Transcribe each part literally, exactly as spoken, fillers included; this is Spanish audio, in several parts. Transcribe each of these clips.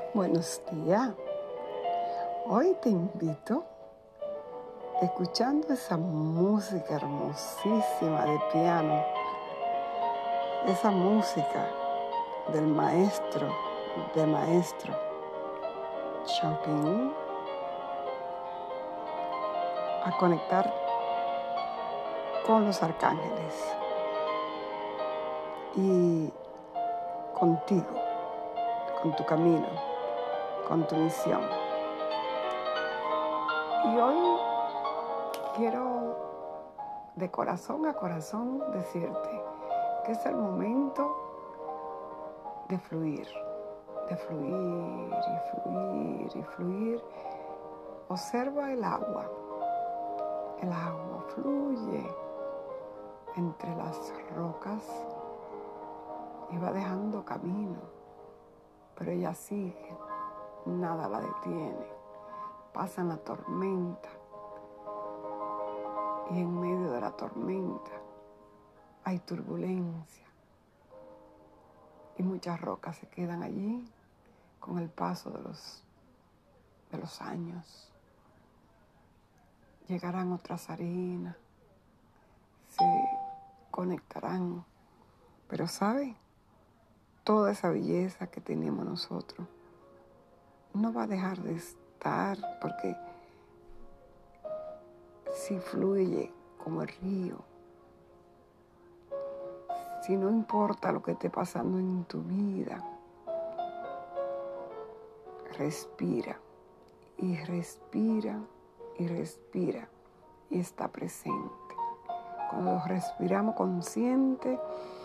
Buenos días. Hoy te invito, escuchando esa música hermosísima de piano, esa música del maestro, de maestro Chopin, a conectar con los arcángeles y contigo, con tu camino, con tu misión. Y hoy quiero de corazón a corazón decirte que es el momento de fluir, de fluir y fluir y fluir. Observa el agua. El agua fluye entre las rocas y va dejando camino, pero ella sigue, nada la detiene. Pasa en la tormenta y en medio de la tormenta hay turbulencia y muchas rocas se quedan allí con el paso de los, de los años. Llegarán otras arenas, se conectarán, pero ¿sabe? Toda esa belleza que tenemos nosotros no va a dejar de estar, porque si fluye como el río, si no importa lo que esté pasando en tu vida, respira y respira y respira y está presente. Cuando respiramos consciente,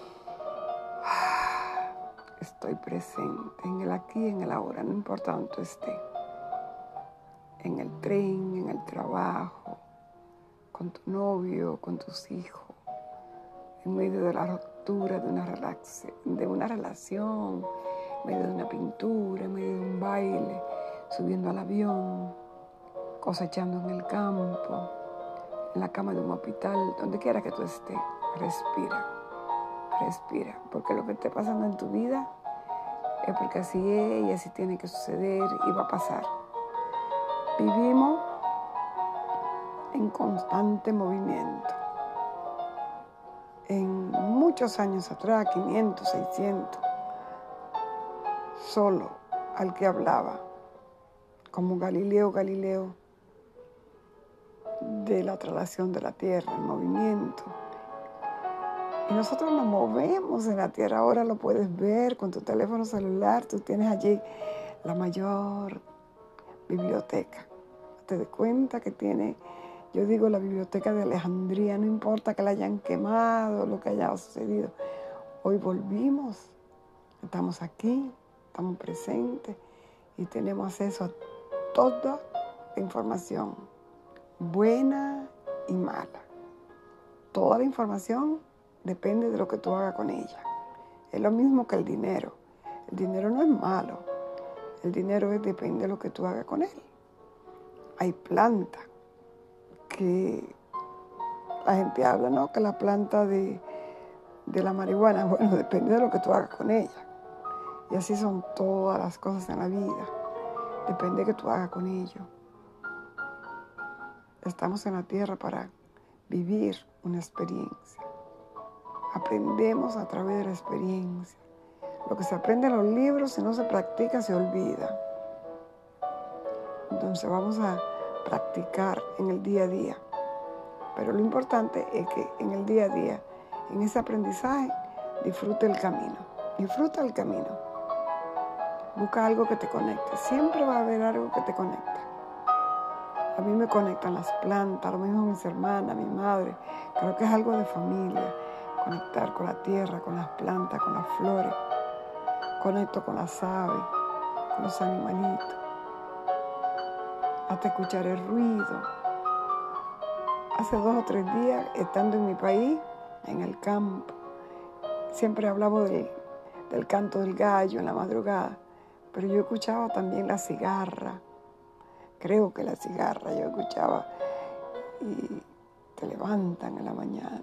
estoy presente en el aquí, en el ahora, no importa dónde tú estés, en el tren, en el trabajo, con tu novio, con tus hijos, en medio de la ruptura de una, relación, de una relación, en medio de una pintura, en medio de un baile, subiendo al avión, cosechando en el campo, en la cama de un hospital, donde quiera que tú estés, respira, respira, porque lo que esté pasando en tu vida es porque así es y así tiene que suceder y va a pasar. Vivimos en constante movimiento. En muchos años atrás, quinientos, seiscientos, solo al que hablaba, como Galileo Galileo, de la traslación de la Tierra, el movimiento. Y nosotros nos movemos en la Tierra, ahora lo puedes ver con tu teléfono celular, tú tienes allí la mayor biblioteca. Te das cuenta que tiene, yo digo la biblioteca de Alejandría, no importa que la hayan quemado, lo que haya sucedido. Hoy volvimos, estamos aquí, estamos presentes y tenemos acceso a toda la información, buena y mala. Toda la información depende de lo que tú hagas con ella. Es lo mismo que el dinero. El dinero no es malo. El dinero es, depende de lo que tú hagas con él. Hay plantas que la gente habla, ¿no? Que la planta de, de la marihuana, bueno, depende de lo que tú hagas con ella. Y así son todas las cosas en la vida. Depende de lo que tú hagas con ello. Estamos en la tierra para vivir una experiencia. Aprendemos a través de la experiencia. Lo que se aprende en los libros, si no se practica, se olvida. Entonces vamos a practicar en el día a día. Pero lo importante es que en el día a día, en ese aprendizaje, disfrute el camino. Disfruta el camino. Busca algo que te conecte. Siempre va a haber algo que te conecte. A mí me conectan las plantas, lo mismo mis hermanas, mi madre. Creo que es algo de familia. Conectar con la tierra, con las plantas, con las flores. Conecto con las aves, con los animalitos. Hasta escuchar el ruido. Hace dos o tres días, estando en mi país, en el campo, siempre hablamos de, del canto del gallo en la madrugada, pero yo escuchaba también la cigarra. Creo que la cigarra yo escuchaba y te levantan en la mañana.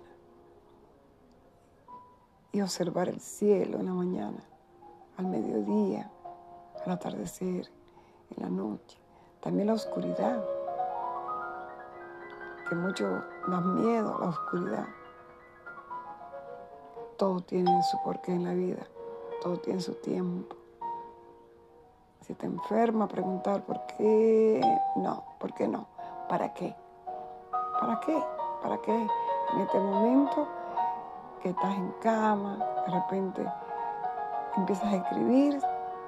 Y observar el cielo en la mañana, al mediodía, al atardecer, en la noche. También la oscuridad, que mucho da miedo a la oscuridad. Todo tiene su porqué en la vida, todo tiene su tiempo. Si te enferma, preguntar por qué no, por qué no, para qué, para qué, para qué. En este momento que estás en cama, de repente empiezas a escribir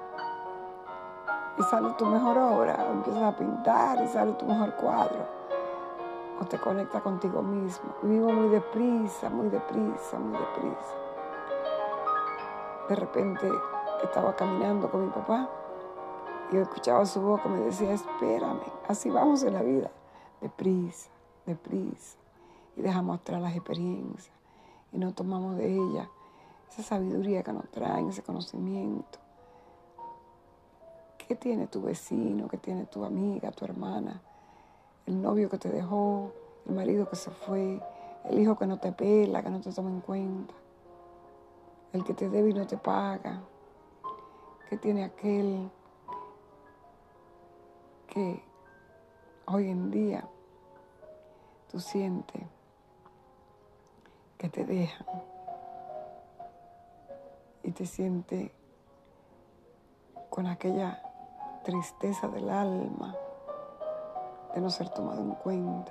y sale tu mejor obra, o empiezas a pintar y sale tu mejor cuadro, o te conectas contigo mismo. Vivo muy deprisa, muy deprisa, muy deprisa. De repente estaba caminando con mi papá y yo escuchaba su voz que me decía, espérame, así vamos en la vida, deprisa, deprisa. Y dejamos atrás las experiencias y no tomamos de ellas esa sabiduría que nos traen, ese conocimiento. ¿Qué tiene tu vecino? ¿Qué tiene tu amiga, tu hermana? El novio que te dejó, el marido que se fue, el hijo que no te pela, que no te toma en cuenta, el que te debe y no te paga. ¿Qué tiene aquel que hoy en día tú sientes que te dejan y te sientes con aquella tristeza del alma de no ser tomado en cuenta?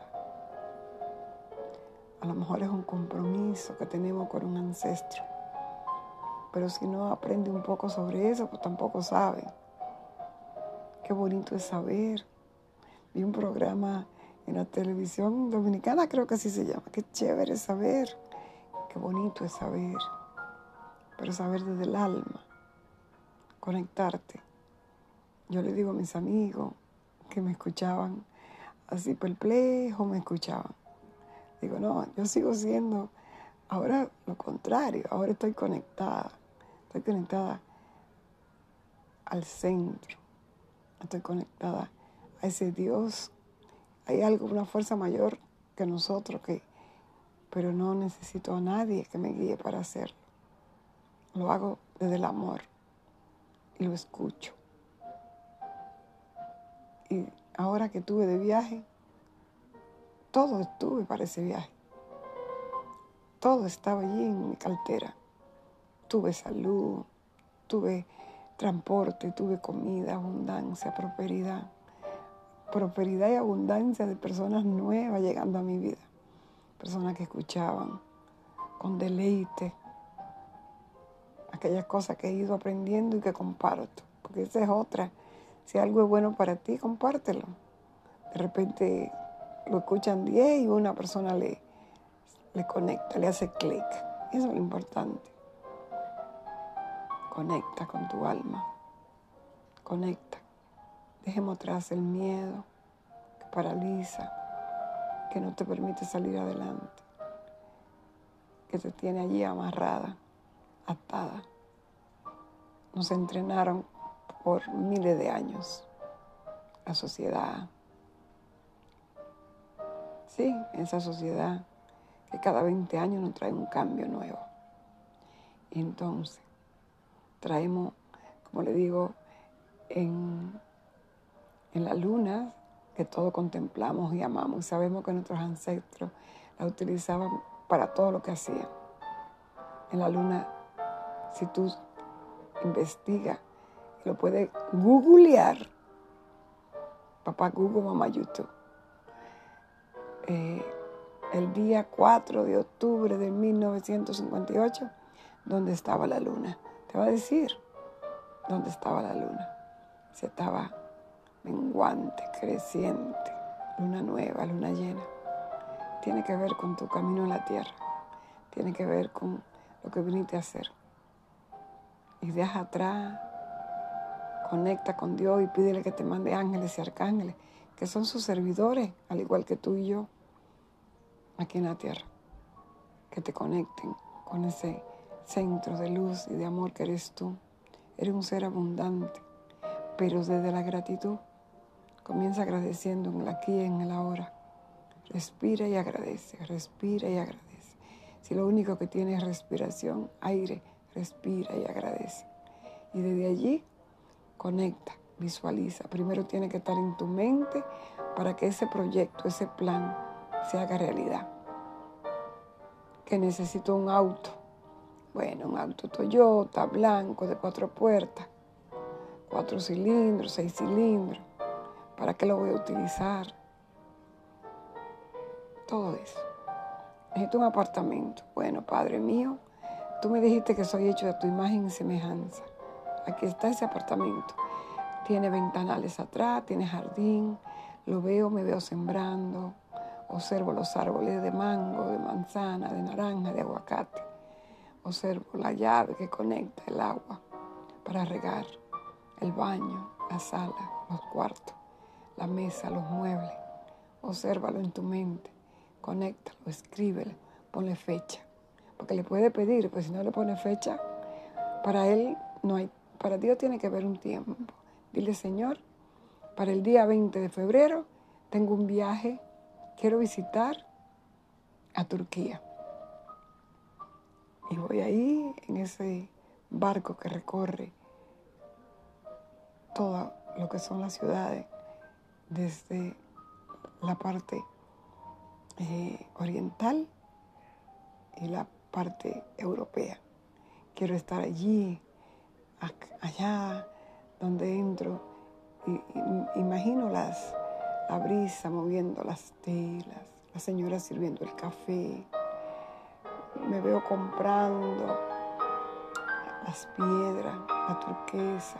A lo mejor es un compromiso que tenemos con un ancestro, pero si no aprende un poco sobre eso, pues tampoco sabe. Qué bonito es saber. Vi un programa en la televisión dominicana, creo que así se llama. Qué chévere es saber. Qué bonito es saber. Pero saber desde el alma, conectarte. Yo le digo a mis amigos que me escuchaban así perplejos, me escuchaban. Digo, no, yo sigo siendo ahora lo contrario. Ahora estoy conectada. Estoy conectada al centro. Estoy conectada a ese Dios. Hay algo, una fuerza mayor que nosotros, que, pero no necesito a nadie que me guíe para hacerlo. Lo hago desde el amor y lo escucho. Y ahora que estuve de viaje, todo estuve para ese viaje. Todo estaba allí en mi cartera. Tuve salud, tuve transporte, tuve comida, abundancia, prosperidad. Prosperidad y abundancia de personas nuevas llegando a mi vida. Personas que escuchaban con deleite aquellas cosas que he ido aprendiendo y que comparto. Porque esa es otra. Si algo es bueno para ti, compártelo. De repente lo escuchan diez y una persona le, le conecta, le hace clic. Eso es lo importante. Conecta con tu alma. Conecta. Dejemos atrás el miedo que paraliza, que no te permite salir adelante, que te tiene allí amarrada, atada. Nos entrenaron por miles de años. La sociedad. Sí, esa sociedad que cada veinte años nos trae un cambio nuevo. Y entonces traemos, como le digo, en, en la luna, que todo contemplamos y amamos. Y sabemos que nuestros ancestros la utilizaban para todo lo que hacían. En la luna, si tú investigas, lo puedes googlear. Papá Google, mamá YouTube. Eh, el día cuatro de octubre de mil novecientos cincuenta y ocho, ¿dónde estaba la luna? Te va a decir dónde estaba la luna. Se estaba menguante, creciente, luna nueva, luna llena. Tiene que ver con tu camino en la tierra. Tiene que ver con lo que viniste a hacer. Y deja atrás, conecta con Dios y pídele que te mande ángeles y arcángeles, que son sus servidores, al igual que tú y yo, aquí en la tierra. Que te conecten con ese centro de luz y de amor que eres tú. Eres un ser abundante, pero desde la gratitud. Comienza agradeciendo en el aquí y en el ahora. Respira y agradece, respira y agradece. Si lo único que tienes es respiración, aire, respira y agradece. Y desde allí conecta, visualiza. Primero tiene que estar en tu mente para que ese proyecto, ese plan se haga realidad. Que necesito un auto. Bueno, un auto Toyota, blanco, de cuatro puertas, cuatro cilindros, seis cilindros. ¿Para qué lo voy a utilizar? Todo eso. Necesito un apartamento. Bueno, Padre mío, tú me dijiste que soy hecho de tu imagen y semejanza. Aquí está ese apartamento. Tiene ventanales atrás, tiene jardín. Lo veo, me veo sembrando. Observo los árboles de mango, de manzana, de naranja, de aguacate. Observo la llave que conecta el agua para regar, el baño, la sala, los cuartos, la mesa, los muebles. Obsérvalo en tu mente. Conéctalo, escríbelo, ponle fecha. Porque le puede pedir, pues si no le pone fecha, para él no hay, para Dios tiene que haber un tiempo. Dile, Señor, para el día veinte de febrero tengo un viaje, quiero visitar a Turquía. Y voy ahí en ese barco que recorre todo lo que son las ciudades, desde la parte eh, oriental y la parte europea. Quiero estar allí, allá donde entro, y, y imagino las, la brisa moviendo las telas, la señora sirviendo el café. Me veo comprando las piedras, la turquesa.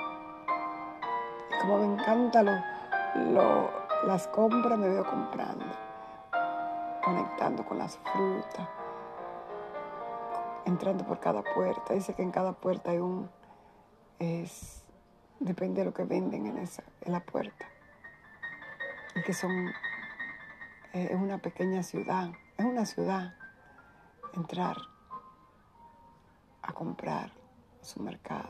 Y como me encanta lo, lo, las compras, me veo comprando, conectando con las frutas, entrando por cada puerta. Dice que en cada puerta hay un, es, depende de lo que venden en, esa, en la puerta. Y que son, eh, es una pequeña ciudad, es una ciudad. Entrar a comprar a su mercado.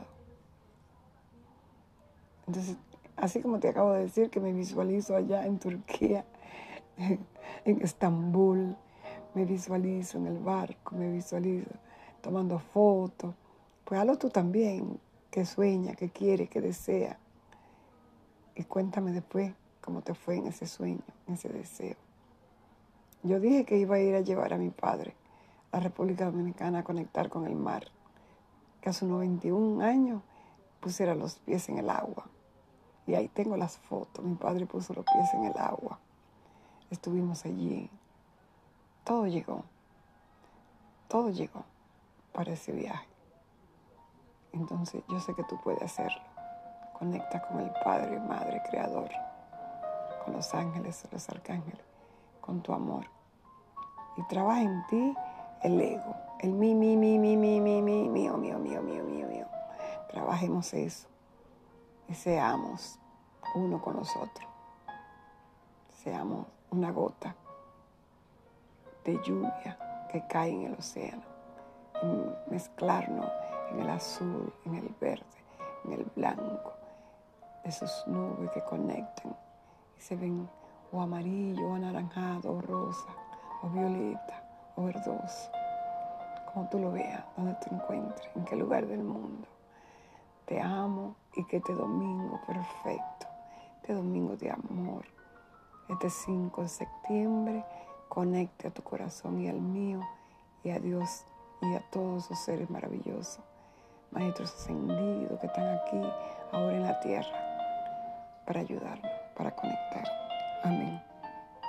Entonces, así como te acabo de decir que me visualizo allá en Turquía, en Estambul, me visualizo en el barco, me visualizo tomando fotos, pues hazlo tú también, que sueña, que quiere, que desea. Y cuéntame después cómo te fue en ese sueño, en ese deseo. Yo dije que iba a ir a llevar a mi padre a la República Dominicana a conectar con el mar, que hace unos veintiún años pusiera los pies en el agua. Y ahí tengo las fotos, mi padre puso los pies en el agua. Estuvimos allí. Todo llegó, todo llegó para ese viaje. Entonces yo sé que tú puedes hacerlo. Conecta con el Padre, Madre, Creador, con los ángeles, los arcángeles, con tu amor. Y trabaja en ti el ego, el mí, mí, mí, mí, mí, mí, mí, mío, mío, mío, mío, mío, mío. Trabajemos eso y seamos uno con los otros. Seamos una gota de lluvia que cae en el océano. Y mezclarnos en el azul, en el verde, en el blanco, de esas nubes que conectan y se ven o amarillo, o anaranjado, o rosa, o violeta, o verdoso, como tú lo veas, donde te encuentres, en qué lugar del mundo. Te amo y que este domingo perfecto, este domingo de amor, este cinco de septiembre, conecte a tu corazón y al mío y a Dios y a todos esos seres maravillosos, maestros ascendidos que están aquí ahora en la tierra para ayudarnos, para conectar.